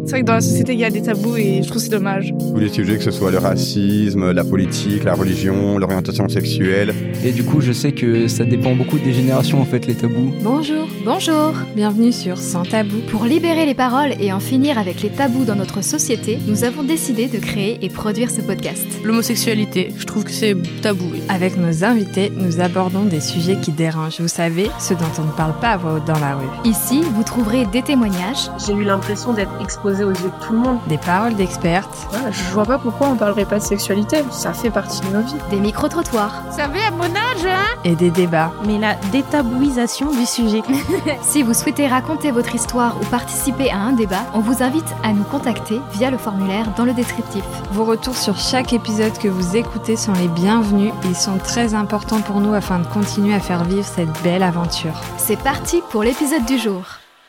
C'est vrai que dans la société, il y a des tabous et je trouve que c'est dommage. Tous les sujets, que ce soit le racisme, la politique, la religion, l'orientation sexuelle. Et du coup, je sais que ça dépend beaucoup des générations, en fait, les tabous. Bonjour. Bienvenue sur Sans Tabou. Pour libérer les paroles et en finir avec les tabous dans notre société, nous avons décidé de créer et produire ce podcast. L'homosexualité, je trouve que c'est tabou. Avec nos invités, nous abordons des sujets qui dérangent. Vous savez, ceux dont on ne parle pas à voix haute dans la rue. Ici, vous trouverez des témoignages. J'ai eu l'impression d'être exposée aux yeux de tout le monde. Des paroles d'expertes. Ouais, je vois pas pourquoi on parlerait pas de sexualité. Ça fait partie de nos vies. Des micro-trottoirs. Vous savez, à mon âge, hein ? Et des débats. Mais la détabouisation du sujet. Si vous souhaitez raconter votre histoire ou participer à un débat, on vous invite à nous contacter via le formulaire dans le descriptif. Vos retours sur chaque épisode que vous écoutez sont les bienvenus. Ils sont très importants pour nous afin de continuer à faire vivre cette belle aventure. C'est parti pour l'épisode du jour.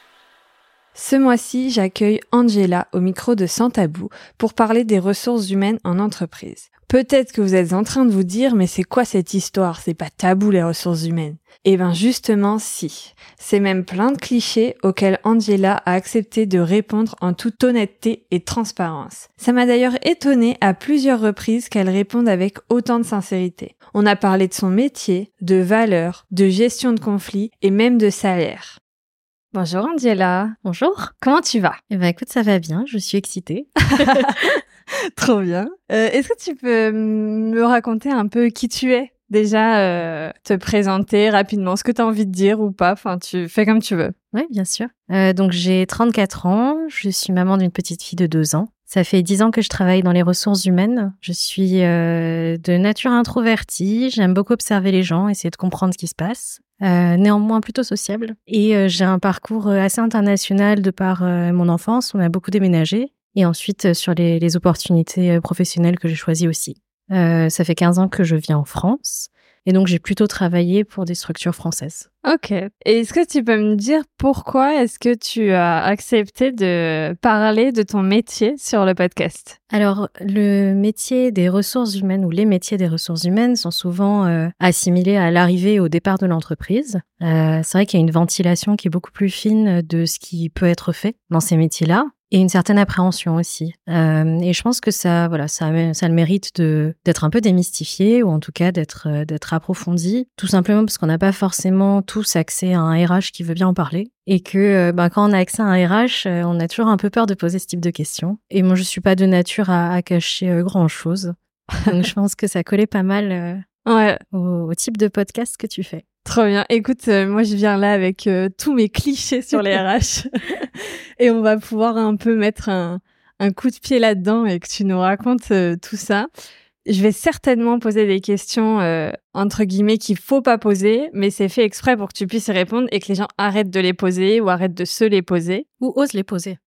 Ce mois-ci, j'accueille Angela au micro de Sans Tabou pour parler des ressources humaines en entreprise. Peut-être que vous êtes en train de vous dire, mais c'est quoi cette histoire ? C'est pas tabou les ressources humaines. Eh ben justement si. C'est même plein de clichés auxquels Angela a accepté de répondre en toute honnêteté et transparence. Ça m'a d'ailleurs étonnée à plusieurs reprises qu'elle réponde avec autant de sincérité. On a parlé de son métier, de valeurs, de gestion de conflits et même de salaire. Bonjour Angela. Bonjour. Comment tu vas ? Eh ben écoute, ça va bien, je suis excitée. Trop bien. Est-ce que tu peux me raconter un peu qui tu es ? Déjà, te présenter rapidement, ce que tu as envie de dire ou pas. Enfin, tu fais comme tu veux. Oui, bien sûr. Donc j'ai 34 ans, je suis maman d'une petite fille de 2 ans. Ça fait 10 ans que je travaille dans les ressources humaines. Je suis de nature introvertie, j'aime beaucoup observer les gens, essayer de comprendre ce qui se passe. Néanmoins plutôt sociable. Et j'ai un parcours assez international de par mon enfance. On a beaucoup déménagé. Et ensuite, sur les opportunités professionnelles que j'ai choisies aussi. Ça fait 15 ans que je vis en France. Et donc, j'ai plutôt travaillé pour des structures françaises. Ok. Et est-ce que tu peux me dire pourquoi est-ce que tu as accepté de parler de ton métier sur le podcast ? Alors, le métier des ressources humaines ou les métiers des ressources humaines sont souvent assimilés à l'arrivée et au départ de l'entreprise. C'est vrai qu'il y a une ventilation qui est beaucoup plus fine de ce qui peut être fait dans ces métiers-là. Et une certaine appréhension aussi. Et je pense que ça a le mérite d'être un peu démystifié ou en tout cas d'être approfondi, tout simplement parce qu'on n'a pas forcément tous accès à un RH qui veut bien en parler. Et que quand on a accès à un RH, on a toujours un peu peur de poser ce type de questions. Et moi, je suis pas de nature à cacher grand-chose. Donc je pense que ça collait pas mal au type de podcast que tu fais. Trop bien. Écoute, moi je viens là avec tous mes clichés sur les RH et on va pouvoir un peu mettre un coup de pied là-dedans et que tu nous racontes tout ça. Je vais certainement poser des questions entre guillemets qu'il faut pas poser, mais c'est fait exprès pour que tu puisses y répondre et que les gens arrêtent de les poser ou arrêtent de se les poser. Ou osent les poser.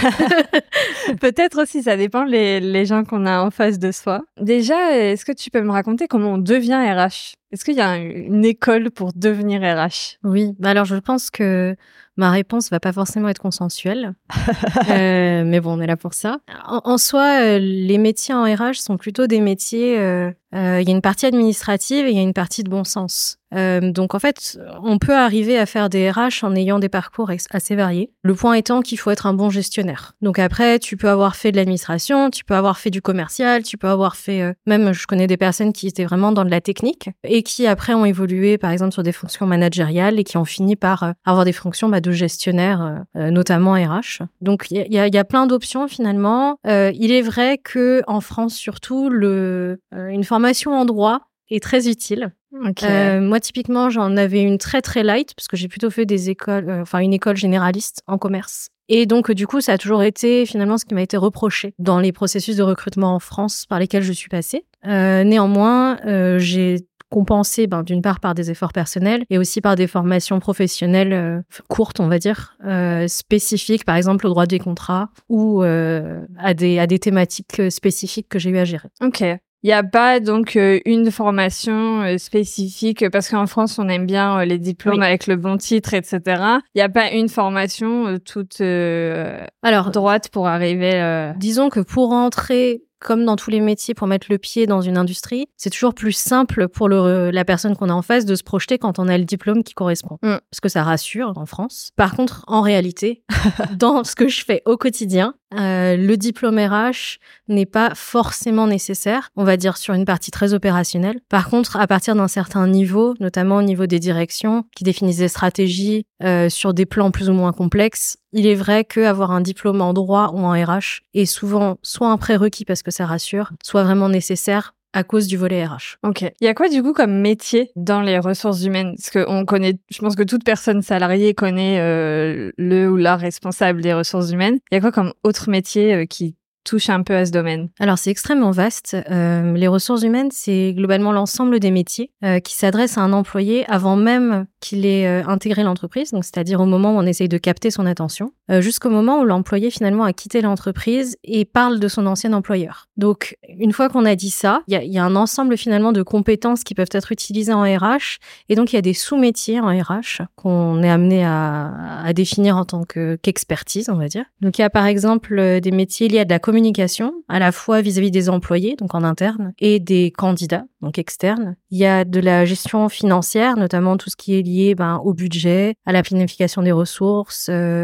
Peut-être aussi, ça dépend les gens qu'on a en face de soi. Déjà, est-ce que tu peux me raconter comment on devient RH ? Est-ce qu'il y a une école pour devenir RH ? Oui, alors je pense que ma réponse va pas forcément être consensuelle, mais bon, on est là pour ça. En soi, les métiers en RH sont plutôt des métiers. Il y a une partie administrative et il y a une partie de bon sens. Donc en fait, on peut arriver à faire des RH en ayant des parcours assez variés. Le point étant qu'il faut être un bon gestionnaire. Donc après, tu peux avoir fait de l'administration, tu peux avoir fait du commercial, tu peux avoir fait même je connais des personnes qui étaient vraiment dans de la technique et qui après ont évolué par exemple sur des fonctions managériales et qui ont fini par avoir des fonctions de gestionnaire, notamment RH. Donc il y a plein d'options finalement. Il est vrai que en France surtout une formation en droit est très utile. Okay. Moi, typiquement, j'en avais une très très light parce que j'ai plutôt fait des écoles, une école généraliste en commerce. Et donc, du coup, ça a toujours été finalement ce qui m'a été reproché dans les processus de recrutement en France par lesquels je suis passée. Néanmoins, j'ai compensé d'une part par des efforts personnels et aussi par des formations professionnelles courtes, on va dire, spécifiques, par exemple au droit des contrats ou à des thématiques spécifiques que j'ai eu à gérer. Ok. Il n'y a pas donc une formation spécifique, parce qu'en France, on aime bien les diplômes avec le bon titre, etc. Il n'y a pas une formation toute droite pour arriver... Disons que pour entrer comme dans tous les métiers, pour mettre le pied dans une industrie, c'est toujours plus simple pour la personne qu'on a en face de se projeter quand on a le diplôme qui correspond. Parce que ça rassure en France. Par contre, en réalité, dans ce que je fais au quotidien, le diplôme RH n'est pas forcément nécessaire, on va dire sur une partie très opérationnelle. Par contre, à partir d'un certain niveau, notamment au niveau des directions qui définissent des stratégies sur des plans plus ou moins complexes, il est vrai qu'avoir un diplôme en droit ou en RH est souvent soit un prérequis parce que ça rassure, soit vraiment nécessaire à cause du volet RH. Ok. Il y a quoi du coup comme métier dans les ressources humaines? Parce que on connaît, je pense que toute personne salariée connaît le ou la responsable des ressources humaines. Il y a quoi comme autre métier qui touche un peu à ce domaine? Alors, c'est extrêmement vaste. Les ressources humaines, c'est globalement l'ensemble des métiers qui s'adressent à un employé avant même qu'il ait intégré l'entreprise, donc c'est-à-dire au moment où on essaye de capter son attention, jusqu'au moment où l'employé finalement a quitté l'entreprise et parle de son ancien employeur. Donc, une fois qu'on a dit ça, il y a un ensemble finalement de compétences qui peuvent être utilisées en RH, et donc il y a des sous-métiers en RH qu'on est amené à définir en tant qu'expertise, on va dire. Donc, il y a par exemple des métiers liés à de la communication, à la fois vis-à-vis des employés, donc en interne, et des candidats, donc externes. Il y a de la gestion financière, notamment tout ce qui est lié au budget, à la planification des ressources,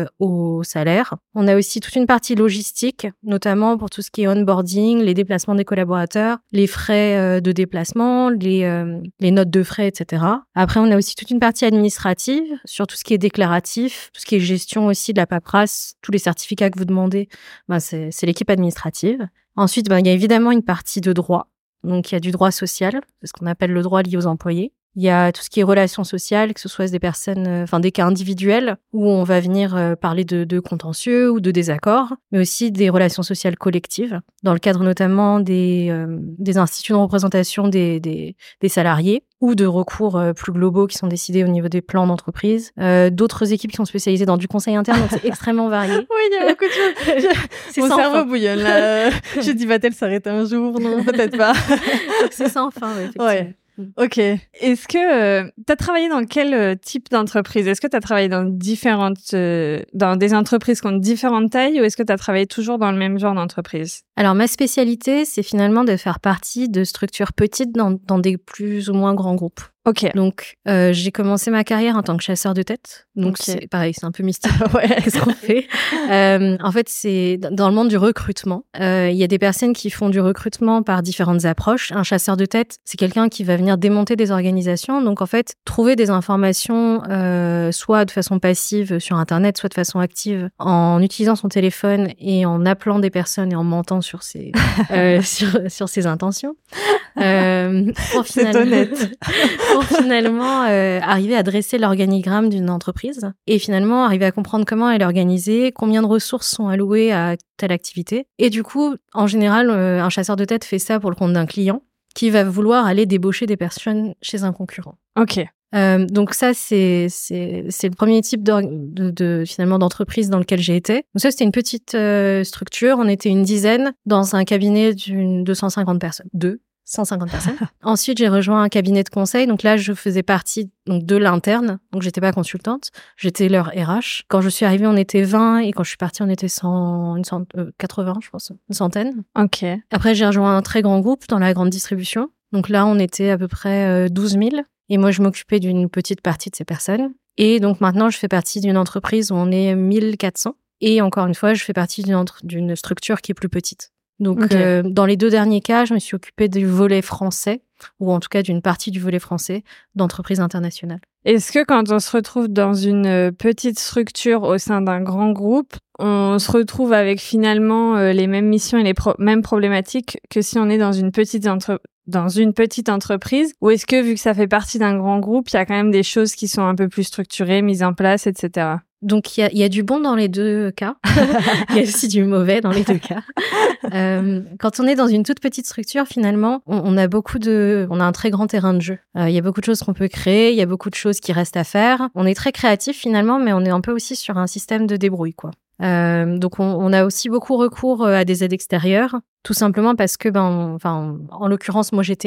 au salaire. On a aussi toute une partie logistique, notamment pour tout ce qui est onboarding, les déplacements des collaborateurs, les frais de déplacement, les notes de frais, etc. Après, on a aussi toute une partie administrative sur tout ce qui est déclaratif, tout ce qui est gestion aussi de la paperasse, tous les certificats que vous demandez, c'est l'équipe administrative. Ensuite, il y a évidemment une partie de droit. Donc, il y a du droit social, c'est ce qu'on appelle le droit lié aux employés. Il y a tout ce qui est relations sociales, que ce soit des personnes, des cas individuels où on va venir parler de contentieux ou de désaccords, mais aussi des relations sociales collectives, dans le cadre notamment des instituts de représentation des salariés ou de recours plus globaux qui sont décidés au niveau des plans d'entreprise. D'autres équipes qui sont spécialisées dans du conseil interne, donc c'est extrêmement varié. Oui, il y a beaucoup de choses. Mon cerveau bouillonne là. Je dis, va-t-elle s'arrêter un jour? Non, peut-être pas. C'est sans fin, effectivement. Ouais. Ok. Est-ce que tu as travaillé dans quel type d'entreprise? Est-ce que tu as travaillé dans dans des entreprises qui ont différentes tailles, ou est-ce que tu as travaillé toujours dans le même genre d'entreprise? Alors, ma spécialité, c'est finalement de faire partie de structures petites dans des plus ou moins grands groupes. Ok. Donc, j'ai commencé ma carrière en tant que chasseur de tête. Donc, c'est pareil, c'est un peu mystique. Ouais. Qu'est-ce qu'on fait? En fait, c'est dans le monde du recrutement. Il y a des personnes qui font du recrutement par différentes approches. Un chasseur de tête, c'est quelqu'un qui va venir démonter des organisations. Donc, en fait, trouver des informations, soit de façon passive sur Internet, soit de façon active, en utilisant son téléphone et en appelant des personnes et en mentant sur ses intentions. C'est honnête. Pour finalement arriver à dresser l'organigramme d'une entreprise et finalement arriver à comprendre comment elle est organisée, combien de ressources sont allouées à telle activité. Et du coup, en général, un chasseur de tête fait ça pour le compte d'un client qui va vouloir aller débaucher des personnes chez un concurrent. Ok. Donc ça, c'est le premier type finalement d'entreprise dans lequel j'ai été. Donc ça, c'était une petite structure. On était une dizaine dans un cabinet de 150 personnes. 150 personnes. Ensuite, j'ai rejoint un cabinet de conseil. Donc là, je faisais partie de l'interne. Donc, j'étais pas consultante. J'étais leur RH. Quand je suis arrivée, on était 20. Et quand je suis partie, on était 80, je pense. Une centaine. Ok. Après, j'ai rejoint un très grand groupe dans la grande distribution. Donc là, on était à peu près 12 000. Et moi, je m'occupais d'une petite partie de ces personnes. Et donc maintenant, je fais partie d'une entreprise où on est 1400. Et encore une fois, je fais partie d'une structure qui est plus petite. Donc, okay. Dans les 2 derniers cas, je me suis occupée du volet français, ou en tout cas d'une partie du volet français d'entreprise internationale. Est-ce que quand on se retrouve dans une petite structure au sein d'un grand groupe, on se retrouve avec finalement les mêmes missions et les mêmes problématiques que si on est dans une petite entreprise, ou est-ce que vu que ça fait partie d'un grand groupe, il y a quand même des choses qui sont un peu plus structurées, mises en place, etc. Donc, il y a du bon dans les 2 cas. Il y a aussi du mauvais dans les 2 cas. Quand on est dans une toute petite structure, finalement, on a un très grand terrain de jeu. Il y a beaucoup de choses qu'on peut créer, il y a beaucoup de choses qui restent à faire. On est très créatif finalement, mais on est un peu aussi sur un système de débrouille, quoi. Donc on a aussi beaucoup recours à des aides extérieures, tout simplement parce que en l'occurrence moi j'étais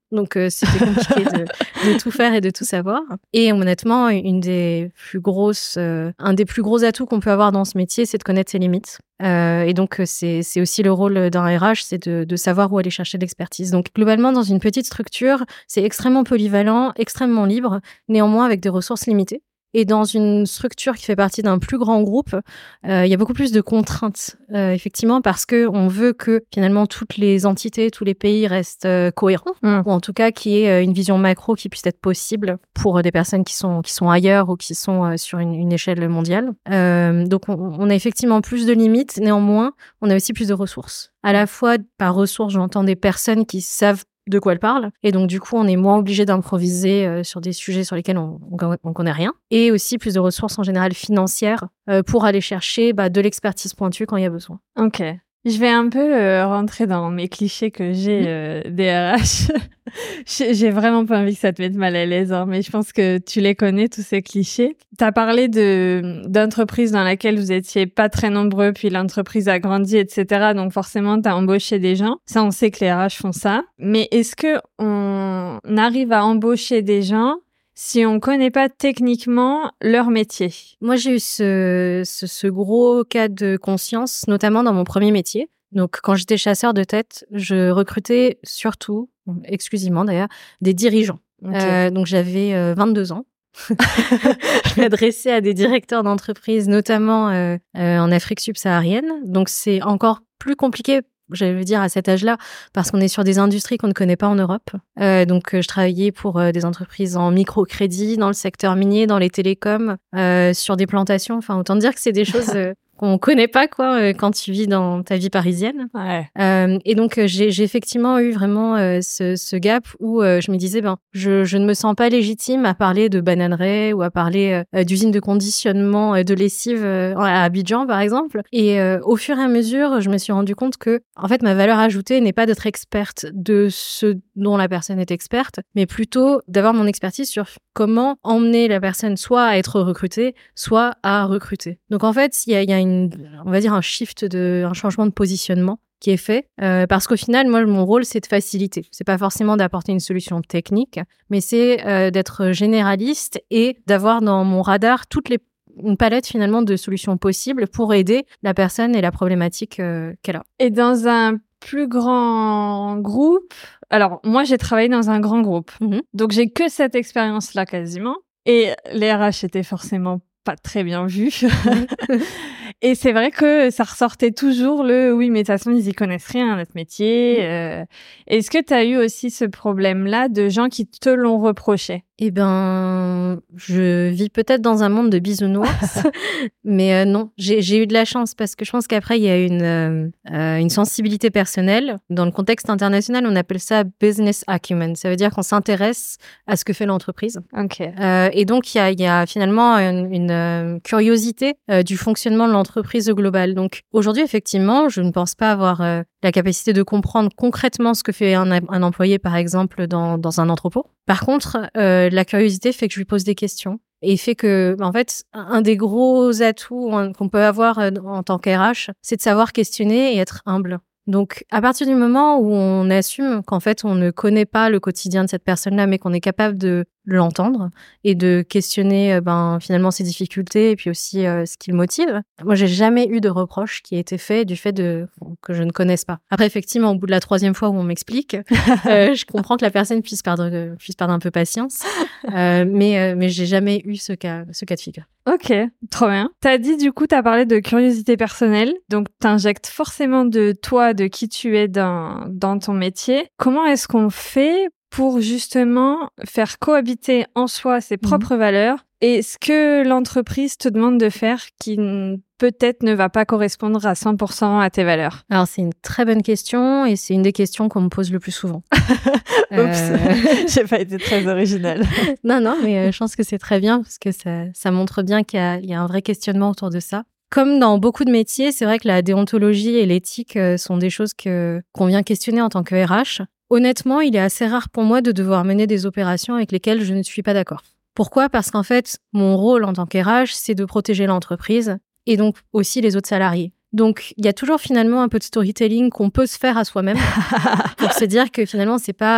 Donc, c'était compliqué de tout faire et de tout savoir. Et honnêtement, un des plus gros atouts qu'on peut avoir dans ce métier, c'est de connaître ses limites. Et donc, c'est aussi le rôle d'un RH, c'est de savoir où aller chercher de l'expertise. Donc, globalement, dans une petite structure, c'est extrêmement polyvalent, extrêmement libre, néanmoins avec des ressources limitées. Et dans une structure qui fait partie d'un plus grand groupe, il y a beaucoup plus de contraintes, effectivement, parce que on veut que finalement toutes les entités, tous les pays restent cohérents, ou en tout cas qu'il y ait une vision macro qui puisse être possible pour des personnes qui sont ailleurs ou qui sont sur une échelle mondiale. Donc on a effectivement plus de limites, néanmoins, on a aussi plus de ressources. À la fois, par ressources, j'entends des personnes qui savent de quoi elle parle. Et donc, du coup, on est moins obligé d'improviser sur des sujets sur lesquels on connaît rien. Et aussi plus de ressources en général financières pour aller chercher de l'expertise pointue quand il y a besoin. Ok. Je vais un peu rentrer dans mes clichés que j'ai des RH. J'ai vraiment pas envie que ça te mette mal à l'aise, hein, mais je pense que tu les connais, tous ces clichés. T'as parlé d'entreprise dans laquelle vous étiez pas très nombreux, puis l'entreprise a grandi, etc. Donc forcément, t'as embauché des gens. Ça, on sait que les RH font ça. Mais est-ce que on arrive à embaucher des gens si on connaît pas techniquement leur métier? Moi, j'ai eu ce gros cas de conscience, notamment dans mon premier métier. Donc, quand j'étais chasseur de tête, je recrutais surtout, exclusivement d'ailleurs, des dirigeants. Okay. Donc, j'avais 22 ans. Je m'adressais à des directeurs d'entreprise, notamment en Afrique subsaharienne. Donc, c'est encore plus compliqué, je veux dire, à cet âge-là, parce qu'on est sur des industries qu'on ne connaît pas en Europe. Donc, je travaillais pour des entreprises en microcrédit, dans le secteur minier, dans les télécoms, sur des plantations. Enfin, autant dire que c'est des choses qu'on connaît pas, quand tu vis dans ta vie parisienne. Ouais. Et donc, j'ai effectivement eu vraiment ce gap où je me disais, je ne me sens pas légitime à parler de bananerie ou à parler d'usine de conditionnement de lessive à Abidjan, par exemple. Et au fur et à mesure, je me suis rendu compte que, en fait, ma valeur ajoutée n'est pas d'être experte de ce dont la personne est experte, mais plutôt d'avoir mon expertise sur comment emmener la personne soit à être recrutée, soit à recruter. Donc, en fait, il y a on va dire un changement de positionnement qui est fait, parce qu'au final, moi, mon rôle, c'est de faciliter. C'est pas forcément d'apporter une solution technique, mais c'est d'être généraliste et d'avoir dans mon radar une palette finalement de solutions possibles pour aider la personne et la problématique qu'elle a. Et dans un plus grand groupe, alors moi, j'ai travaillé dans un grand groupe, donc j'ai que cette expérience-là quasiment, et les RH étaient forcément pas très bien vu. Et c'est vrai que ça ressortait toujours oui, mais de toute façon, ils y connaissent rien à notre métier. Est-ce que tu as eu aussi ce problème-là de gens qui te l'ont reproché? Eh ben, je vis peut-être dans un monde de bisounours, mais non, j'ai eu de la chance parce que je pense qu'après, il y a une sensibilité personnelle. Dans le contexte international, on appelle ça business acumen. Ça veut dire qu'on s'intéresse à ce que fait l'entreprise. Okay. Et donc, il y a finalement une curiosité du fonctionnement de l'entreprise globale. Donc, aujourd'hui, effectivement, je ne pense pas avoir la capacité de comprendre concrètement ce que fait un employé, par exemple, dans un entrepôt. Par contre, la curiosité fait que je lui pose des questions et fait que, en fait, un des gros atouts qu'on peut avoir en tant qu'RH, c'est de savoir questionner et être humble. Donc, à partir du moment où on assume qu'en fait, on ne connaît pas le quotidien de cette personne-là, mais qu'on est capable de l'entendre et de questionner finalement ses difficultés et puis aussi ce qui le motive. Moi, j'ai jamais eu de reproche qui a été fait du fait que je ne connaisse pas. Après, effectivement, au bout de la 3e fois où on m'explique, je comprends que la personne puisse perdre un peu patience, mais j'ai jamais eu ce cas de figure. Ok, trop bien. T'as dit, du coup, t'as parlé de curiosité personnelle, donc t'injectes forcément de toi, de qui tu es dans ton métier. Comment est-ce qu'on fait pour justement faire cohabiter en soi ses propres valeurs et ce que l'entreprise te demande de faire qui peut-être ne va pas correspondre à 100% à tes valeurs? Alors, c'est une très bonne question et c'est une des questions qu'on me pose le plus souvent. Oups, j'ai pas été très originale. Non, mais je pense que c'est très bien parce que ça montre bien qu'il y a un vrai questionnement autour de ça. Comme dans beaucoup de métiers, c'est vrai que la déontologie et l'éthique sont des choses qu'on vient questionner en tant que RH. Honnêtement, il est assez rare pour moi de devoir mener des opérations avec lesquelles je ne suis pas d'accord. Pourquoi ? Parce qu'en fait, mon rôle en tant qu'RH, c'est de protéger l'entreprise et donc aussi les autres salariés. Donc, il y a toujours finalement un peu de storytelling qu'on peut se faire à soi-même pour se dire que finalement, c'est pas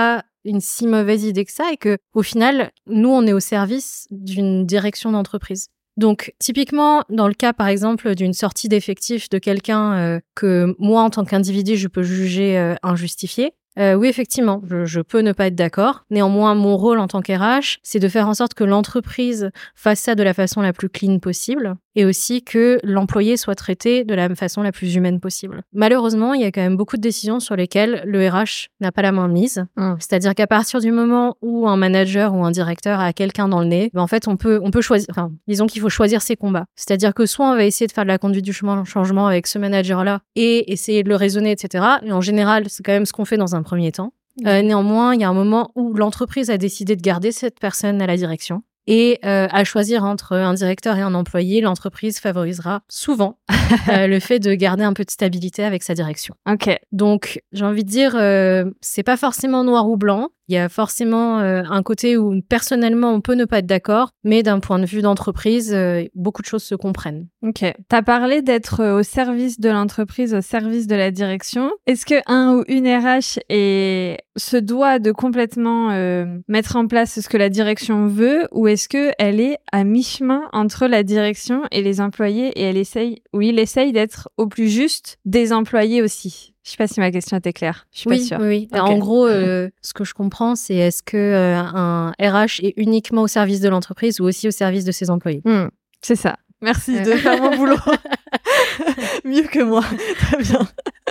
une si mauvaise idée que ça et que au final, nous, on est au service d'une direction d'entreprise. Donc, typiquement, dans le cas, par exemple, d'une sortie d'effectif de quelqu'un que moi, en tant qu'individu, je peux juger injustifié, oui, effectivement, je peux ne pas être d'accord. Néanmoins, mon rôle en tant qu'RH, c'est de faire en sorte que l'entreprise fasse ça de la façon la plus clean possible et aussi que l'employé soit traité de la façon la plus humaine possible. Malheureusement, il y a quand même beaucoup de décisions sur lesquelles le RH n'a pas la main mise. C'est-à-dire qu'à partir du moment où un manager ou un directeur a quelqu'un dans le nez, en fait, on peut choisir, disons qu'il faut choisir ses combats. C'est-à-dire que soit on va essayer de faire de la conduite du changement avec ce manager-là et essayer de le raisonner, etc. Et en général, c'est quand même ce qu'on fait dans un premier temps. Néanmoins, il y a un moment où l'entreprise a décidé de garder cette personne à la direction. Et à choisir entre un directeur et un employé, l'entreprise favorisera souvent le fait de garder un peu de stabilité avec sa direction. Ok. Donc, j'ai envie de dire, c'est pas forcément noir ou blanc. Il y a forcément un côté où, personnellement, on peut ne pas être d'accord, mais d'un point de vue d'entreprise, beaucoup de choses se comprennent. Ok. T'as parlé d'être au service de l'entreprise, au service de la direction. Est-ce que un ou une RH se doit de complètement mettre en place ce que la direction veut, ou est-ce que elle est à mi-chemin entre la direction et les employés et il essaye d'être au plus juste des employés aussi? Je sais pas si ma question était claire. Je suis pas sûre. Oui. Okay. En gros, ce que je comprends, c'est est-ce que un RH est uniquement au service de l'entreprise ou aussi au service de ses employés? C'est ça. Merci de faire mon boulot. Mieux que moi. Très bien.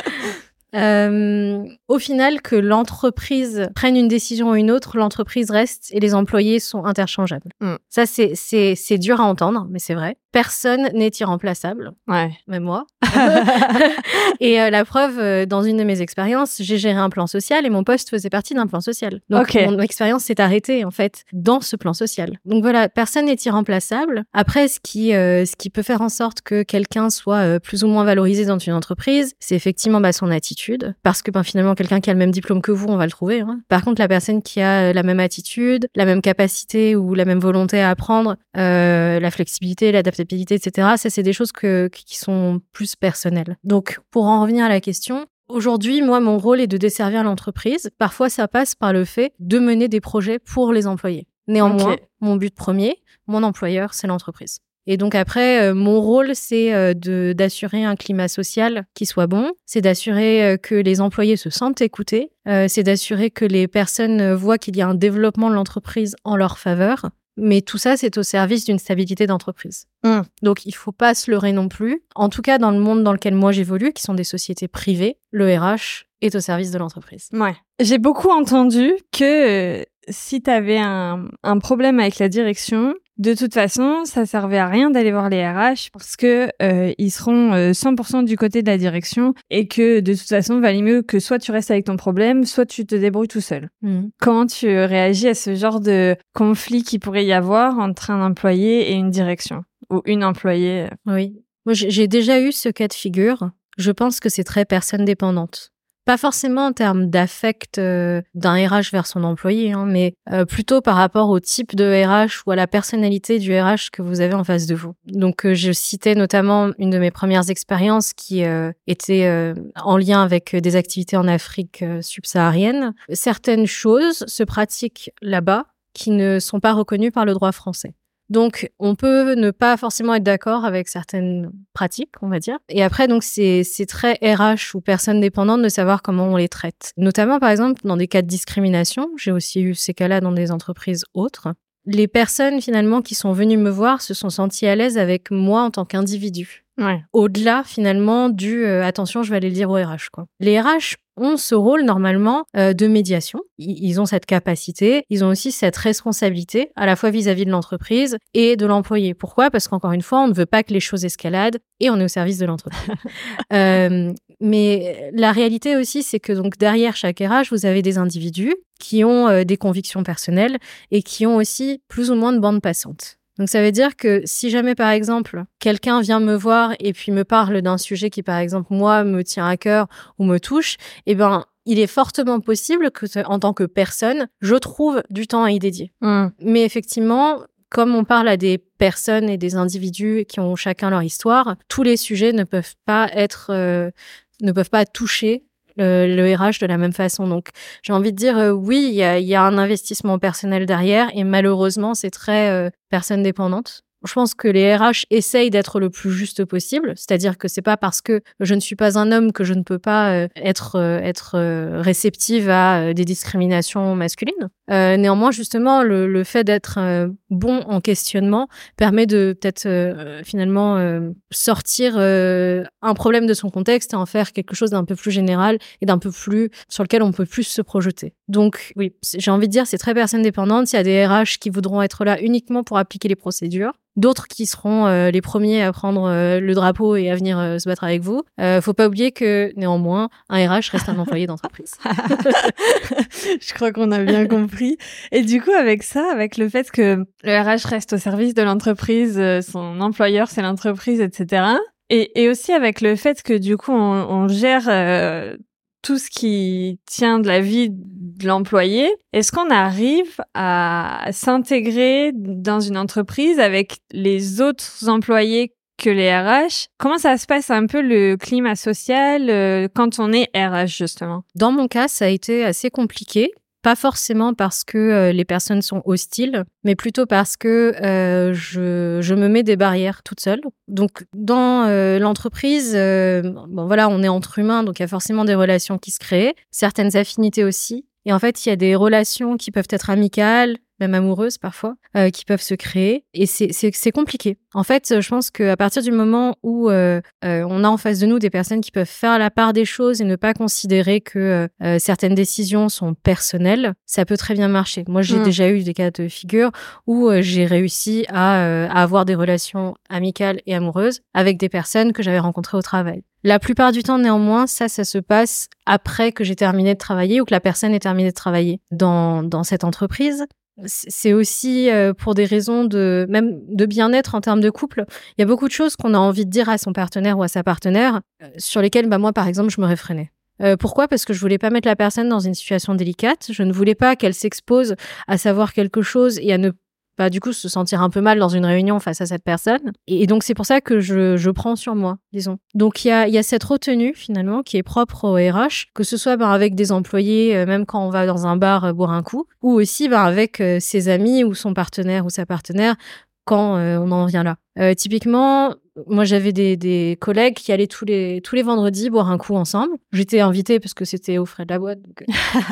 Au final, que l'entreprise prenne une décision ou une autre, l'entreprise reste et les employés sont interchangeables. Ça, c'est dur à entendre, mais c'est vrai. Personne n'est irremplaçable. Ouais. Même moi. Et la preuve, dans une de mes expériences, j'ai géré un plan social et mon poste faisait partie d'un plan social. Donc, mon expérience s'est arrêtée, en fait, dans ce plan social. Donc voilà, personne n'est irremplaçable. Après, ce qui peut faire en sorte que quelqu'un soit plus ou moins valorisé dans une entreprise, c'est effectivement son attitude. Parce que finalement, quelqu'un qui a le même diplôme que vous, on va le trouver. Par contre, la personne qui a la même attitude, la même capacité ou la même volonté à apprendre, la flexibilité, l'adaptabilité, etc., ça, c'est des choses qui sont plus personnelles. Donc, pour en revenir à la question, aujourd'hui, moi, mon rôle est de desservir l'entreprise. Parfois, ça passe par le fait de mener des projets pour les employés. Néanmoins, mon but premier, mon employeur, c'est l'entreprise. Et donc après, mon rôle, c'est d'assurer un climat social qui soit bon, c'est d'assurer que les employés se sentent écoutés, c'est d'assurer que les personnes voient qu'il y a un développement de l'entreprise en leur faveur. Mais tout ça, c'est au service d'une stabilité d'entreprise. Donc, il faut pas se leurrer non plus. En tout cas, dans le monde dans lequel moi j'évolue, qui sont des sociétés privées, le RH est au service de l'entreprise. Ouais. J'ai beaucoup entendu que si t'avais un problème avec la direction, de toute façon, ça servait à rien d'aller voir les RH parce que ils seront 100% du côté de la direction et que de toute façon, il valait mieux que soit tu restes avec ton problème, soit tu te débrouilles tout seul. Comment tu réagis à ce genre de conflit qu'il pourrait y avoir entre un employé et une direction ou une employée? Oui. Moi, j'ai déjà eu ce cas de figure. Je pense que c'est très personne dépendante. Pas forcément en termes d'affect d'un RH vers son employé, mais plutôt par rapport au type de RH ou à la personnalité du RH que vous avez en face de vous. Donc, je citais notamment une de mes premières expériences qui était en lien avec des activités en Afrique subsaharienne. Certaines choses se pratiquent là-bas qui ne sont pas reconnues par le droit français. Donc, on peut ne pas forcément être d'accord avec certaines pratiques, on va dire. Et après, donc, c'est très RH ou personne dépendante de savoir comment on les traite. Notamment, par exemple, dans des cas de discrimination. J'ai aussi eu ces cas-là dans des entreprises autres. Les personnes, finalement, qui sont venues me voir se sont senties à l'aise avec moi en tant qu'individu. Ouais. Au-delà, finalement, du attention, je vais aller le dire au RH, quoi. Les RH ont ce rôle, normalement, de médiation. Ils ont cette capacité. Ils ont aussi cette responsabilité, à la fois vis-à-vis de l'entreprise et de l'employé. Pourquoi ? Parce qu'encore une fois, on ne veut pas que les choses escaladent et on est au service de l'entreprise. Mais la réalité aussi, c'est que donc derrière chaque RH, vous avez des individus qui ont des convictions personnelles et qui ont aussi plus ou moins de bande passante. Donc, ça veut dire que si jamais, par exemple, quelqu'un vient me voir et puis me parle d'un sujet qui, par exemple, moi, me tient à cœur ou me touche, eh ben, il est fortement possible que, en tant que personne, je trouve du temps à y dédier. Mais effectivement, comme on parle à des personnes et des individus qui ont chacun leur histoire, tous les sujets ne peuvent pas toucher le RH de la même façon. Donc, j'ai envie de dire, oui, il y a un investissement personnel derrière et malheureusement, c'est très personne dépendante. Je pense que les RH essayent d'être le plus juste possible, c'est-à-dire que c'est pas parce que je ne suis pas un homme que je ne peux pas être réceptive à des discriminations masculines. Néanmoins, justement, le fait d'être bon en questionnement permet de peut-être finalement sortir un problème de son contexte et en faire quelque chose d'un peu plus général et d'un peu plus sur lequel on peut plus se projeter. Donc oui, j'ai envie de dire, c'est très personne dépendante. Il y a des RH qui voudront être là uniquement pour appliquer les procédures. D'autres qui seront les premiers à prendre le drapeau et à venir se battre avec vous. Faut pas oublier que, néanmoins, un RH reste un employé d'entreprise. Je crois qu'on a bien compris. Et du coup, avec ça, avec le fait que le RH reste au service de l'entreprise, son employeur, c'est l'entreprise, etc. Et aussi avec le fait que, du coup, on gère tout ce qui tient de la vie de l'employé, est-ce qu'on arrive à s'intégrer dans une entreprise avec les autres employés que les RH? Comment ça se passe un peu le climat social quand on est RH, justement? Dans mon cas, ça a été assez compliqué. Pas forcément parce que les personnes sont hostiles, mais plutôt parce que je me mets des barrières toute seule. Donc, dans l'entreprise, bon voilà, on est entre humains, donc il y a forcément des relations qui se créent, certaines affinités aussi. Et en fait, il y a des relations qui peuvent être amicales, même amoureuses parfois, qui peuvent se créer. Et c'est compliqué. En fait, je pense qu'à partir du moment où on a en face de nous des personnes qui peuvent faire la part des choses et ne pas considérer que certaines décisions sont personnelles, ça peut très bien marcher. Moi, j'ai déjà eu des cas de figure où j'ai réussi à avoir des relations amicales et amoureuses avec des personnes que j'avais rencontrées au travail. La plupart du temps, néanmoins, ça se passe après que j'ai terminé de travailler ou que la personne ait terminé de travailler dans cette entreprise. C'est aussi pour des raisons même de bien-être en termes de couple. Il y a beaucoup de choses qu'on a envie de dire à son partenaire ou à sa partenaire sur lesquelles, moi, par exemple, je me réfrénais. Pourquoi ? Parce que je voulais pas mettre la personne dans une situation délicate. Je ne voulais pas qu'elle s'expose à savoir quelque chose et à ne pas, du coup, se sentir un peu mal dans une réunion face à cette personne. Et donc, c'est pour ça que je prends sur moi, disons. Donc, il y a cette retenue, finalement, qui est propre au RH, que ce soit avec des employés, même quand on va dans un bar boire un coup, ou aussi avec ses amis ou son partenaire ou sa partenaire, quand on en vient là. Typiquement, moi, j'avais des collègues qui allaient tous les vendredis boire un coup ensemble. J'étais invitée parce que c'était aux frais de la boîte. Donc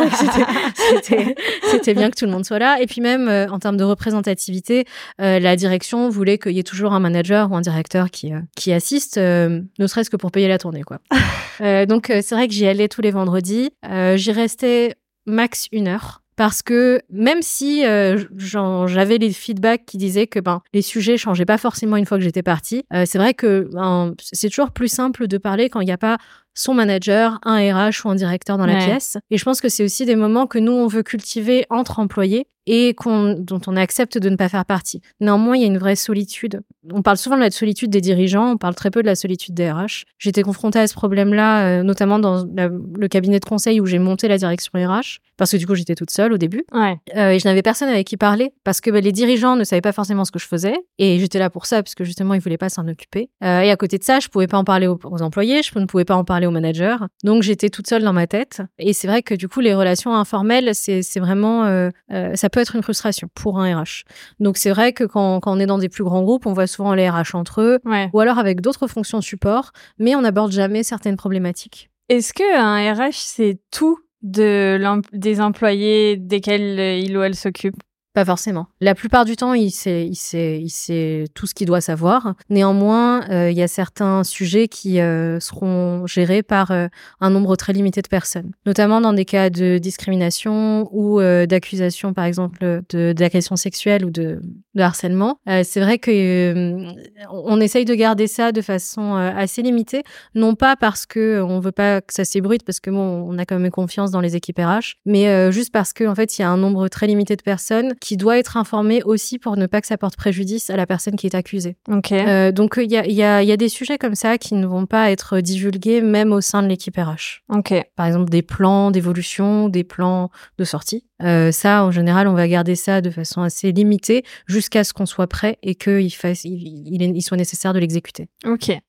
c'était bien que tout le monde soit là. Et puis même, en termes de représentativité, la direction voulait qu'il y ait toujours un manager ou un directeur qui assiste, ne serait-ce que pour payer la tournée, quoi. Donc, c'est vrai que j'y allais tous les vendredis. J'y restais max 1 heure. Parce que même si j'avais les feedbacks qui disaient que les sujets changeaient pas forcément une fois que j'étais partie, c'est vrai que c'est toujours plus simple de parler quand il n'y a pas son manager, un RH ou un directeur dans la pièce. Et je pense que c'est aussi des moments que nous, on veut cultiver entre employés et dont on accepte de ne pas faire partie. Néanmoins, il y a une vraie solitude. On parle souvent de la solitude des dirigeants, on parle très peu de la solitude des RH. J'étais confrontée à ce problème-là, notamment dans le cabinet de conseil où j'ai monté la direction RH, parce que du coup, j'étais toute seule au début. Et je n'avais personne avec qui parler, parce que les dirigeants ne savaient pas forcément ce que je faisais, et j'étais là pour ça, parce que justement, ils voulaient pas s'en occuper. Et à côté de ça, je pouvais pas en parler aux employés, je ne pouvais pas en parler aux managers, donc j'étais toute seule dans ma tête. Et c'est vrai que du coup, les relations informelles, c'est vraiment... ça peut être une frustration pour un RH. Donc c'est vrai que quand on est dans des plus grands groupes, on voit souvent les RH entre eux, ou alors avec d'autres fonctions support, mais on n'aborde jamais certaines problématiques. Est-ce qu'un RH, c'est tout des employés desquels il ou elle s'occupe? Pas forcément. La plupart du temps, il sait tout ce qu'il doit savoir. Néanmoins, il y a certains sujets qui seront gérés par un nombre très limité de personnes, notamment dans des cas de discrimination ou d'accusation, par exemple, d'agression sexuelle ou de harcèlement. C'est vrai que on essaye de garder ça de façon assez limitée, non pas parce que on veut pas que ça s'ébruite, parce que on a quand même confiance dans les équipes RH, mais juste parce que en fait, il y a un nombre très limité de personnes qui doit être informé aussi pour ne pas que ça porte préjudice à la personne qui est accusée. Donc, il y a des sujets comme ça qui ne vont pas être divulgués même au sein de l'équipe RH. Par exemple, des plans d'évolution, des plans de sortie. Ça, en général, on va garder ça de façon assez limitée jusqu'à ce qu'on soit prêt et qu'il soit nécessaire de l'exécuter.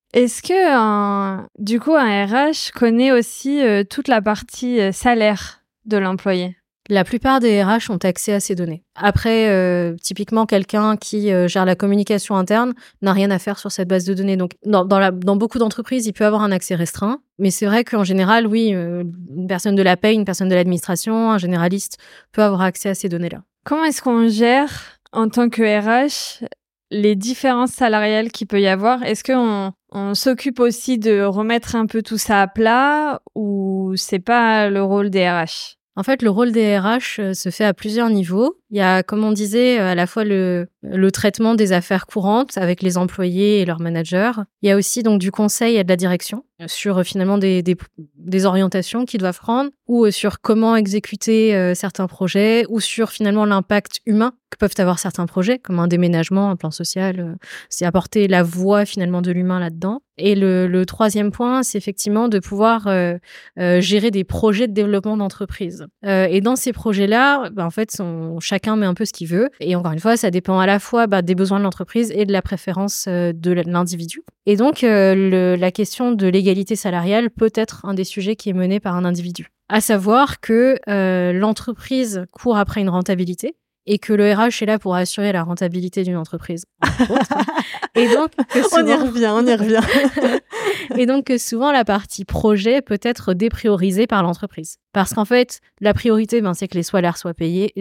Est-ce que du coup un RH connaît aussi toute la partie salaire de l'employé? La plupart des RH ont accès à ces données. Après, typiquement, quelqu'un qui gère la communication interne n'a rien à faire sur cette base de données. Donc, dans beaucoup d'entreprises, il peut avoir un accès restreint. Mais c'est vrai qu'en général, oui, une personne de la paie, une personne de l'administration, un généraliste peut avoir accès à ces données-là. Comment est-ce qu'on gère, en tant que RH, les différences salariales qu'il peut y avoir? Est-ce qu'on s'occupe aussi de remettre un peu tout ça à plat ou c'est pas le rôle des RH? En fait, le rôle des RH se fait à plusieurs niveaux. Il y a, comme on disait, à la fois le traitement des affaires courantes avec les employés et leurs managers. Il y a aussi donc du conseil et de la direction sur finalement des orientations qu'ils doivent prendre ou sur comment exécuter certains projets ou sur finalement l'impact humain que peuvent avoir certains projets, comme un déménagement, un plan social. C'est apporter la voix finalement de l'humain là-dedans. Et le troisième point, c'est effectivement de pouvoir gérer des projets de développement d'entreprise. Et dans ces projets-là, en fait, chacun met un peu ce qu'il veut. Et encore une fois, ça dépend à la fois des besoins de l'entreprise et de la préférence de l'individu. Et donc, la question de l'égalité salariale peut être un des sujets qui est mené par un individu. À savoir que l'entreprise court après une rentabilité et que le RH est là pour assurer la rentabilité d'une entreprise. Et donc, on y revient. Et donc, souvent, la partie projet peut être dépriorisée par l'entreprise. Parce qu'en fait, la priorité, c'est que les salaires soient payés.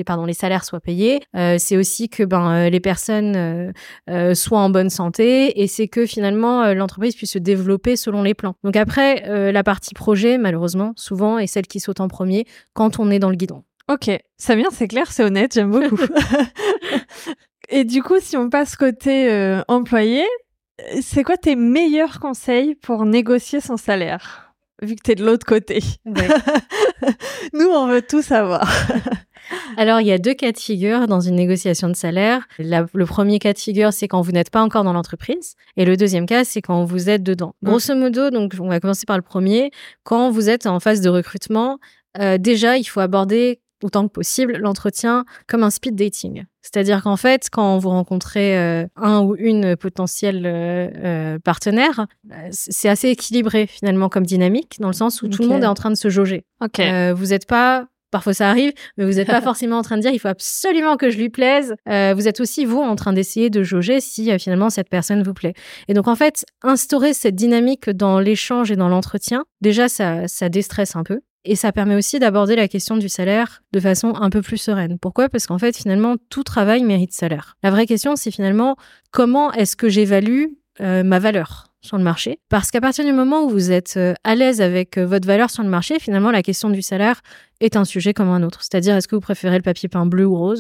C'est aussi que les personnes soient en bonne santé et c'est que finalement, l'entreprise puisse se développer selon les plans. Donc après, la partie projet, malheureusement, souvent, est celle qui saute en premier quand on est dans le guidon. Ok, Samir, c'est clair, c'est honnête, j'aime beaucoup. Et du coup, si on passe côté employé, c'est quoi tes meilleurs conseils pour négocier son salaire, vu que t'es de l'autre côté? Ouais. Nous, on veut tout savoir. Alors, il y a 2 cas de figure dans une négociation de salaire. Le premier cas de figure, c'est quand vous n'êtes pas encore dans l'entreprise. Et le deuxième cas, c'est quand vous êtes dedans. Grosso modo, donc, on va commencer par le premier. Quand vous êtes en phase de recrutement, déjà, il faut aborder autant que possible l'entretien comme un speed dating. C'est-à-dire qu'en fait, quand vous rencontrez un ou une potentielle partenaire, c'est assez équilibré finalement comme dynamique, dans le sens où tout le monde est en train de se jauger. Vous n'êtes pas... Parfois ça arrive, mais vous n'êtes pas forcément en train de dire il faut absolument que je lui plaise. Vous êtes aussi, vous, en train d'essayer de jauger si finalement cette personne vous plaît. Et donc en fait, instaurer cette dynamique dans l'échange et dans l'entretien, déjà ça déstresse un peu. Et ça permet aussi d'aborder la question du salaire de façon un peu plus sereine. Pourquoi ? Parce qu'en fait, finalement, tout travail mérite salaire. La vraie question, c'est finalement comment est-ce que j'évalue ma valeur sur le marché. Parce qu'à partir du moment où vous êtes à l'aise avec votre valeur sur le marché, finalement, la question du salaire est un sujet comme un autre. C'est-à-dire, est-ce que vous préférez le papier peint bleu ou rose ?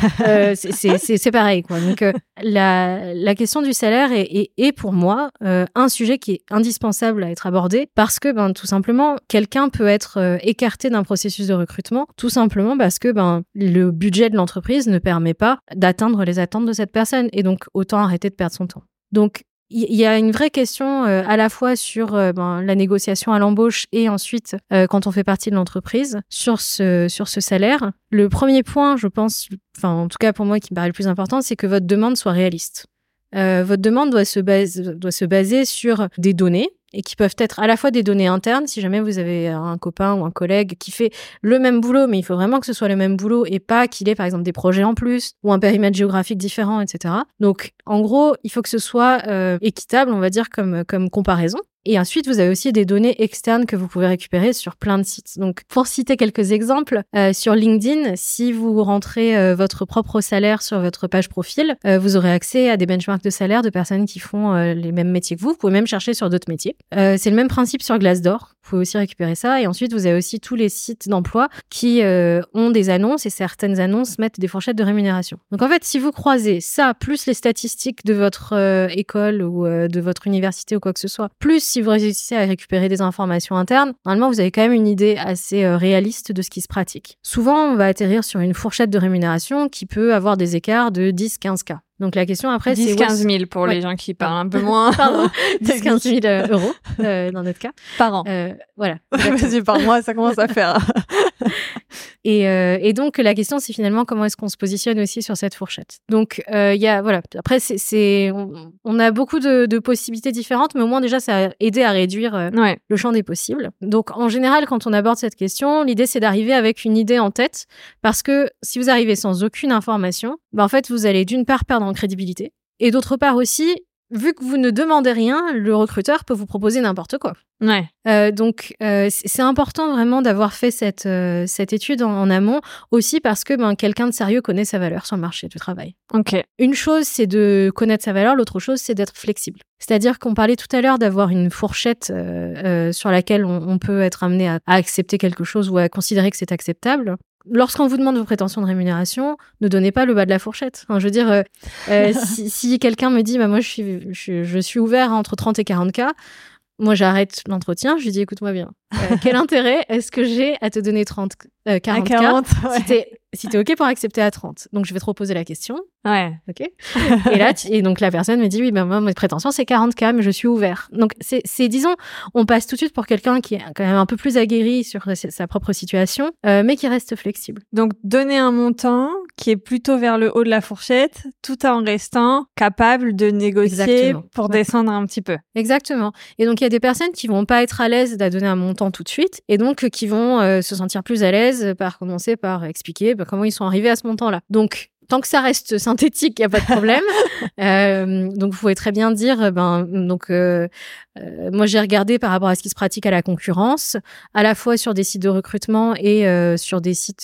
C'est pareil, quoi. Donc, la question du salaire est pour moi un sujet qui est indispensable à être abordé parce que, tout simplement, quelqu'un peut être écarté d'un processus de recrutement tout simplement parce que, le budget de l'entreprise ne permet pas d'atteindre les attentes de cette personne. Et donc, autant arrêter de perdre son temps. Donc, il y a une vraie question à la fois sur la négociation à l'embauche et ensuite quand on fait partie de l'entreprise sur ce salaire. Le premier point, je pense, en tout cas pour moi qui me paraît le plus important, c'est que votre demande soit réaliste. Votre demande doit se baser sur des données et qui peuvent être à la fois des données internes, si jamais vous avez un copain ou un collègue qui fait le même boulot, mais il faut vraiment que ce soit le même boulot et pas qu'il ait par exemple des projets en plus ou un périmètre géographique différent, etc. Donc en gros, il faut que ce soit équitable, on va dire, comme comparaison. Et ensuite, vous avez aussi des données externes que vous pouvez récupérer sur plein de sites. Donc, pour citer quelques exemples, sur LinkedIn, si vous rentrez votre propre salaire sur votre page profil, vous aurez accès à des benchmarks de salaire de personnes qui font les mêmes métiers que vous. Vous pouvez même chercher sur d'autres métiers. C'est le même principe sur Glassdoor. Vous pouvez aussi récupérer ça. Et ensuite, vous avez aussi tous les sites d'emploi qui ont des annonces et certaines annonces mettent des fourchettes de rémunération. Donc, en fait, si vous croisez ça, plus les statistiques de votre école ou de votre université ou quoi que ce soit, plus si vous réussissez à récupérer des informations internes, normalement, vous avez quand même une idée assez réaliste de ce qui se pratique. Souvent, on va atterrir sur une fourchette de rémunération qui peut avoir des écarts de 10-15K. Donc la question après, c'est 10-15 000 pour les gens qui parlent un peu moins. Pardon, 10-15 000 euros dans notre cas. Par an. Voilà. Vas-y, par mois, ça commence à faire. Et donc la question, c'est finalement comment est-ce qu'on se positionne aussi sur cette fourchette. Donc il y a voilà. Après, on a beaucoup de possibilités différentes, mais au moins déjà ça a aidé à réduire le champ des possibles. Donc en général, quand on aborde cette question, l'idée c'est d'arriver avec une idée en tête, parce que si vous arrivez sans aucune information, en fait vous allez d'une part perdre en crédibilité, et d'autre part aussi, vu que vous ne demandez rien, le recruteur peut vous proposer n'importe quoi. Donc c'est important vraiment d'avoir fait cette étude en amont, aussi parce que quelqu'un de sérieux connaît sa valeur sur le marché du travail. Une chose, c'est de connaître sa valeur, l'autre chose, c'est d'être flexible. C'est-à-dire qu'on parlait tout à l'heure d'avoir une fourchette sur laquelle on peut être amené à accepter quelque chose ou à considérer que c'est acceptable. Lorsqu'on vous demande vos prétentions de rémunération, ne donnez pas le bas de la fourchette. Enfin, je veux dire, si quelqu'un me dit, moi, je suis ouvert entre 30 et 40K, moi, j'arrête l'entretien, je lui dis, écoute-moi bien, quel intérêt est-ce que j'ai à te donner 40K si t'es OK pour accepter à 30. Donc, je vais te reposer la question. OK. Et donc, la personne me dit, oui, moi, mes prétentions, c'est 40K, mais je suis ouvert. Donc, disons, on passe tout de suite pour quelqu'un qui est quand même un peu plus aguerri sur sa propre situation, mais qui reste flexible. Donc, donner un montant qui est plutôt vers le haut de la fourchette, tout en restant capable de négocier pour descendre un petit peu. Exactement. Et donc, il y a des personnes qui vont pas être à l'aise à donner un montant tout de suite, et donc qui vont se sentir plus à l'aise par commencer par expliquer comment ils sont arrivés à ce montant-là. Donc, tant que ça reste synthétique, il n'y a pas de problème. Donc, vous pouvez très bien dire, moi, j'ai regardé par rapport à ce qui se pratique à la concurrence, à la fois sur des sites de recrutement et sur des sites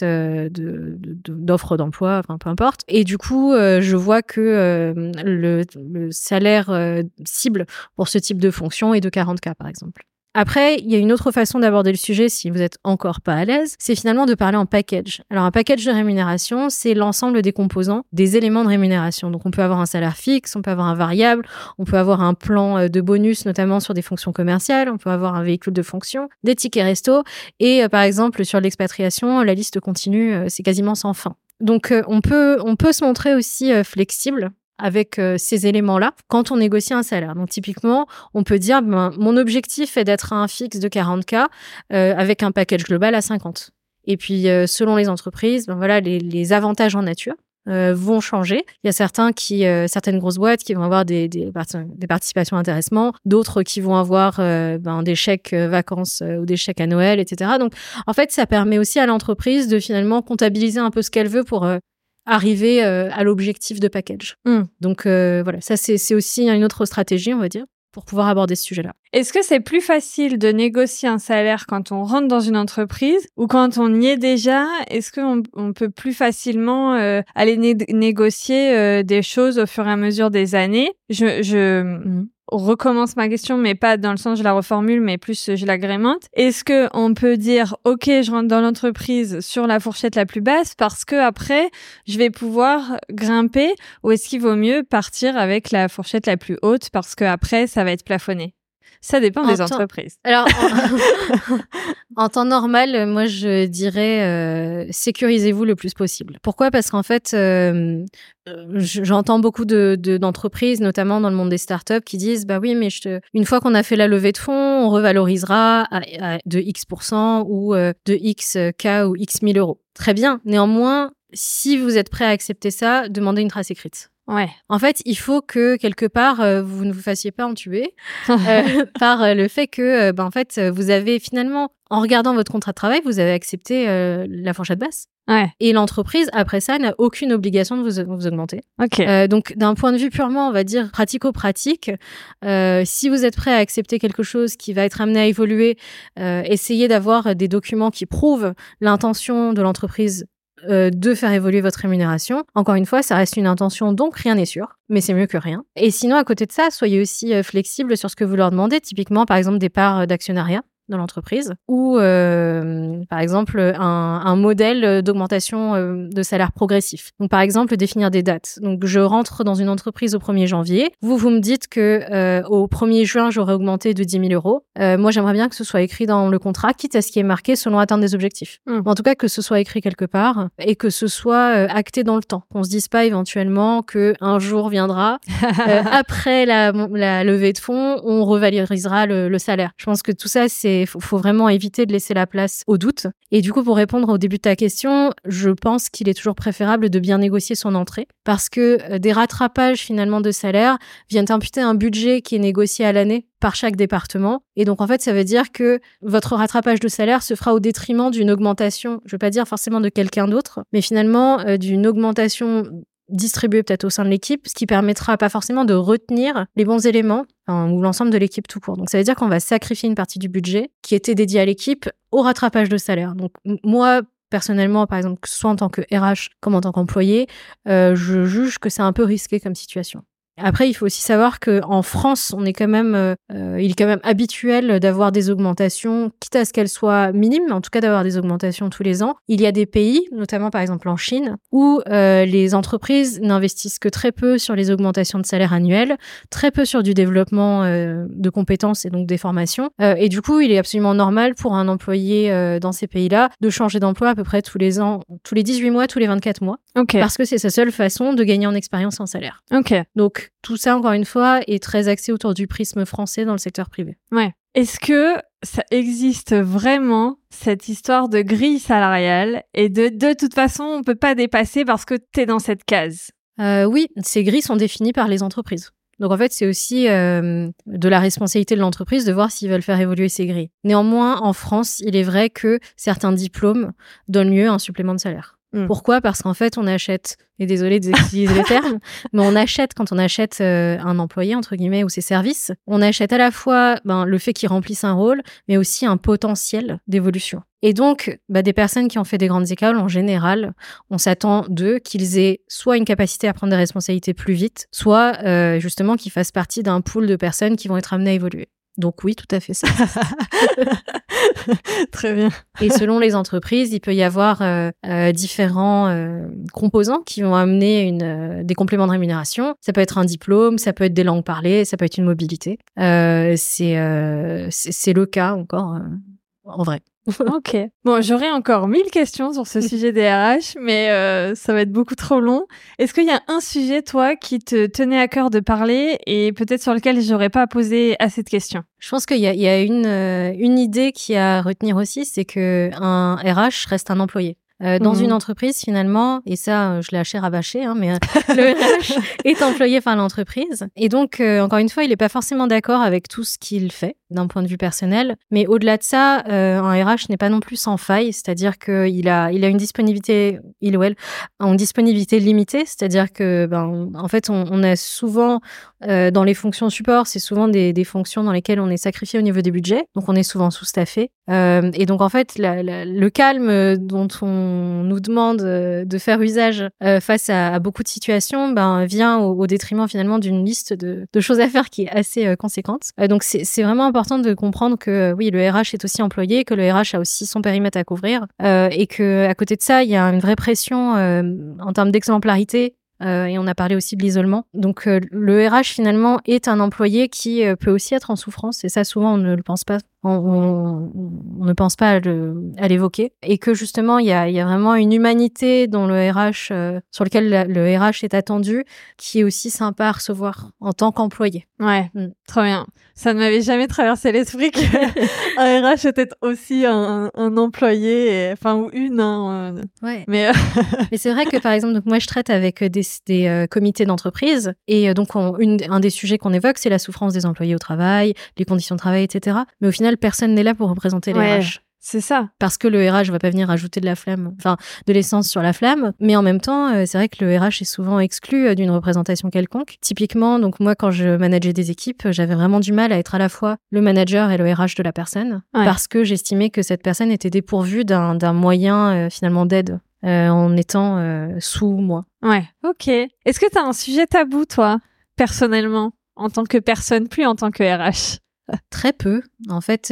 d'offres d'emploi, enfin, peu importe. Et du coup, je vois que le salaire cible pour ce type de fonction est de 40K, par exemple. Après, il y a une autre façon d'aborder le sujet si vous êtes encore pas à l'aise, c'est finalement de parler en package. Alors, un package de rémunération, c'est l'ensemble des composants, des éléments de rémunération. Donc, on peut avoir un salaire fixe, on peut avoir un variable, on peut avoir un plan de bonus, notamment sur des fonctions commerciales, on peut avoir un véhicule de fonction, des tickets resto, et par exemple, sur l'expatriation, la liste continue, c'est quasiment sans fin. Donc, on peut se montrer aussi flexible avec ces éléments-là quand on négocie un salaire. Donc typiquement, on peut dire mon objectif est d'être à un fixe de 40K avec un package global à 50. Et puis selon les entreprises, les avantages en nature vont changer. Il y a certaines grosses boîtes qui vont avoir des participations intéressement, d'autres qui vont avoir des chèques vacances ou des chèques à Noël, etc. Donc en fait, ça permet aussi à l'entreprise de finalement comptabiliser un peu ce qu'elle veut pour arriver à l'objectif de package. Donc ça c'est aussi une autre stratégie, on va dire, pour pouvoir aborder ce sujet-là. Est-ce que c'est plus facile de négocier un salaire quand on rentre dans une entreprise ou quand on y est déjà? Est-ce qu'on peut plus facilement aller négocier des choses au fur et à mesure des années? Recommence ma question, mais pas dans le sens je la reformule, mais plus je l'agrémente. Est-ce que on peut dire OK, je rentre dans l'entreprise sur la fourchette la plus basse parce que après je vais pouvoir grimper, ou est-ce qu'il vaut mieux partir avec la fourchette la plus haute parce que après ça va être plafonné? Ça dépend des entreprises. Alors, en temps normal, moi, je dirais sécurisez-vous le plus possible. Pourquoi ? Parce qu'en fait, j'entends beaucoup d'entreprises, notamment dans le monde des startups, qui disent oui, mais une fois qu'on a fait la levée de fonds, on revalorisera de X% ou de X K ou X 1000 euros. Très bien. Néanmoins, si vous êtes prêt à accepter ça, demandez une trace écrite. En fait, il faut que quelque part vous ne vous fassiez pas entuber par le fait que en fait vous avez finalement, en regardant votre contrat de travail, vous avez accepté la fourchette basse. Et l'entreprise après ça n'a aucune obligation de vous augmenter. Donc d'un point de vue purement, on va dire pratico-pratique, si vous êtes prêt à accepter quelque chose qui va être amené à évoluer, essayez d'avoir des documents qui prouvent l'intention de l'entreprise de faire évoluer votre rémunération. Encore une fois, ça reste une intention, donc rien n'est sûr, mais c'est mieux que rien. Et sinon, à côté de ça, soyez aussi flexible sur ce que vous leur demandez. Typiquement, par exemple, des parts d'actionnariat. dans l'entreprise ou par exemple un modèle d'augmentation de salaire progressif. Donc par exemple définir des dates. Donc je rentre dans une entreprise au 1er janvier, vous me dites que au 1er juin j'aurai augmenté de 10 000 euros. Moi j'aimerais bien que ce soit écrit dans le contrat, quitte à ce qui est marqué selon atteinte des objectifs. En tout cas que ce soit écrit quelque part et que ce soit acté dans le temps. Qu'on se dise pas éventuellement que un jour viendra après la levée de fonds, on revalorisera le salaire. Je pense que tout ça, faut vraiment éviter de laisser la place au doute. Et du coup, pour répondre au début de ta question, je pense qu'il est toujours préférable de bien négocier son entrée parce que des rattrapages finalement de salaire viennent imputer un budget qui est négocié à l'année par chaque département. Et donc, en fait, ça veut dire que votre rattrapage de salaire se fera au détriment d'une augmentation, je veux pas dire forcément de quelqu'un d'autre, mais finalement d'une augmentation distribuée peut-être au sein de l'équipe, ce qui permettra pas forcément de retenir les bons éléments ou l'ensemble de l'équipe tout court. Donc, ça veut dire qu'on va sacrifier une partie du budget qui était dédiée à l'équipe au rattrapage de salaire. Donc, moi, personnellement, par exemple, que ce soit en tant que RH comme en tant qu'employé, je juge que c'est un peu risqué comme situation. Après, il faut aussi savoir que en France, on est quand même, il est quand même habituel d'avoir des augmentations, quitte à ce qu'elles soient minimes, mais en tout cas d'avoir des augmentations tous les ans. Il y a des pays, notamment par exemple en Chine, où les entreprises n'investissent que très peu sur les augmentations de salaire annuelles, très peu sur du développement de compétences et donc des formations. Et du coup, il est absolument normal pour un employé dans ces pays-là de changer d'emploi à peu près tous les ans, tous les 18 mois, tous les 24 mois, parce que c'est sa seule façon de gagner en expérience en salaire. Donc tout ça, encore une fois, est très axé autour du prisme français dans le secteur privé. Ouais. Est-ce que ça existe vraiment, cette histoire de grille salariale et de toute façon, on peut pas dépasser parce que t'es dans cette case? Oui, ces grilles sont définies par les entreprises. Donc en fait, c'est aussi de la responsabilité de l'entreprise de voir s'ils veulent faire évoluer ces grilles. Néanmoins, en France, il est vrai que certains diplômes donnent lieu à un supplément de salaire. Pourquoi ? Parce qu'en fait, on achète, et désolé d'utiliser les termes, mais quand on achète un employé, entre guillemets, ou ses services, on achète à la fois le fait qu'il remplisse un rôle, mais aussi un potentiel d'évolution. Et donc, des personnes qui ont fait des grandes écoles, en général, on s'attend d'eux qu'ils aient soit une capacité à prendre des responsabilités plus vite, soit justement qu'ils fassent partie d'un pool de personnes qui vont être amenées à évoluer. Donc oui, tout à fait ça. Très bien. Et selon les entreprises, il peut y avoir différents composants qui vont amener des compléments de rémunération. Ça peut être un diplôme, ça peut être des langues parlées, ça peut être une mobilité. C'est le cas encore en vrai. Ok. Bon, j'aurais encore 1000 questions sur ce sujet des RH, mais ça va être beaucoup trop long. Est-ce qu'il y a un sujet, toi, qui te tenait à cœur de parler et peut-être sur lequel j'aurais pas posé assez de questions? Je pense qu'il y a une idée qui est à retenir aussi, c'est que un RH reste un employé. Dans une entreprise, finalement, et ça, je l'ai haché rabâché, mais le RH est employé par l'entreprise. Et donc, encore une fois, il n'est pas forcément d'accord avec tout ce qu'il fait d'un point de vue personnel. Mais au-delà de ça, un RH n'est pas non plus sans faille, c'est-à-dire qu'il a une disponibilité, il ou elle, une disponibilité limitée, c'est-à-dire que, en fait, on a souvent, dans les fonctions support, c'est souvent des fonctions dans lesquelles on est sacrifié au niveau des budgets, donc on est souvent sous-staffé. Et donc, en fait, le calme dont on nous demande de faire usage face à beaucoup de situations, vient au détriment finalement d'une liste de choses à faire qui est assez conséquente. Donc c'est vraiment important de comprendre que oui, le RH est aussi employé, que le RH a aussi son périmètre à couvrir et que à côté de ça, il y a une vraie pression en termes d'exemplarité. Et on a parlé aussi de l'isolement. Donc le RH finalement est un employé qui peut aussi être en souffrance et ça souvent on ne le pense pas. On ne pense pas à l'évoquer et que justement il y a vraiment une humanité dans le RH sur lequel le RH est attendu qui est aussi sympa à recevoir en tant qu'employé. Ouais, trop bien. Ça ne m'avait jamais traversé l'esprit qu'un RH était aussi un employé, ou une. Ouais. Mais c'est vrai que par exemple, donc moi je traite avec des comités d'entreprise et donc un des sujets qu'on évoque c'est la souffrance des employés au travail, les conditions de travail, etc. Mais au final personne n'est là pour représenter les RH. C'est ça. Parce que le RH va pas venir ajouter de l'essence sur la flamme. Mais en même temps, c'est vrai que le RH est souvent exclu d'une représentation quelconque. Typiquement, donc moi, quand je manageais des équipes, j'avais vraiment du mal à être à la fois le manager et le RH de la personne. Ouais. Parce que j'estimais que cette personne était dépourvue d'un moyen, finalement, d'aide. En étant sous moi. Ouais, ok. Est-ce que t'as un sujet tabou, toi, personnellement, en tant que personne, plus en tant que RH ? Très peu. En fait,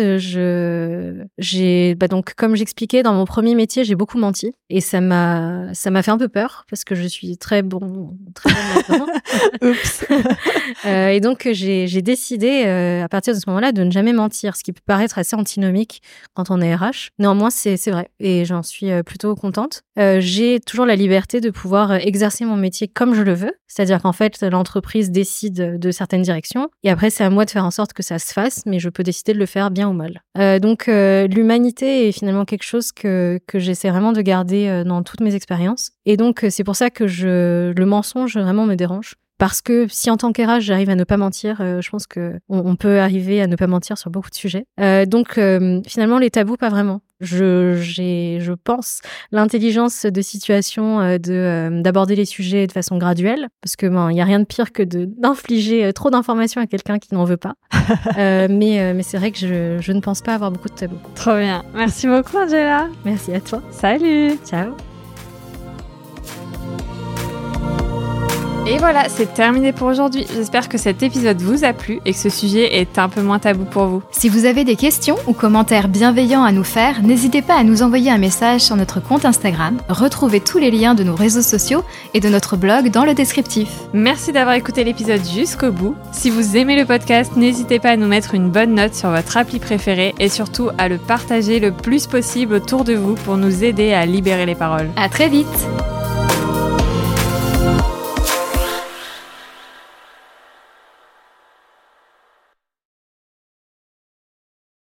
donc comme j'expliquais, dans mon premier métier, j'ai beaucoup menti et ça m'a fait un peu peur parce que je suis très bonne là-dedans. Oups. Et donc j'ai décidé à partir de ce moment-là de ne jamais mentir, ce qui peut paraître assez antinomique quand on est RH. Néanmoins, c'est vrai et j'en suis plutôt contente. J'ai toujours la liberté de pouvoir exercer mon métier comme je le veux, c'est-à-dire qu'en fait l'entreprise décide de certaines directions et après c'est à moi de faire en sorte que ça se fasse, mais je peux décider de le faire bien ou mal. Donc l'humanité est finalement quelque chose que j'essaie vraiment de garder dans toutes mes expériences et donc c'est pour ça que le mensonge vraiment me dérange. Parce que si en tant qu'RH, j'arrive à ne pas mentir, je pense que on peut arriver à ne pas mentir sur beaucoup de sujets. Donc finalement, les tabous, pas vraiment. Je pense l'intelligence de situation d'aborder les sujets de façon graduelle, parce que il y a rien de pire que d'infliger trop d'informations à quelqu'un qui n'en veut pas. Mais c'est vrai que je ne pense pas avoir beaucoup de tabous. Trop bien. Merci beaucoup, Angela. Merci à toi. Salut. Ciao. Et voilà, c'est terminé pour aujourd'hui. J'espère que cet épisode vous a plu et que ce sujet est un peu moins tabou pour vous. Si vous avez des questions ou commentaires bienveillants à nous faire, n'hésitez pas à nous envoyer un message sur notre compte Instagram. Retrouvez tous les liens de nos réseaux sociaux et de notre blog dans le descriptif. Merci d'avoir écouté l'épisode jusqu'au bout. Si vous aimez le podcast, n'hésitez pas à nous mettre une bonne note sur votre appli préférée et surtout à le partager le plus possible autour de vous pour nous aider à libérer les paroles. À très vite!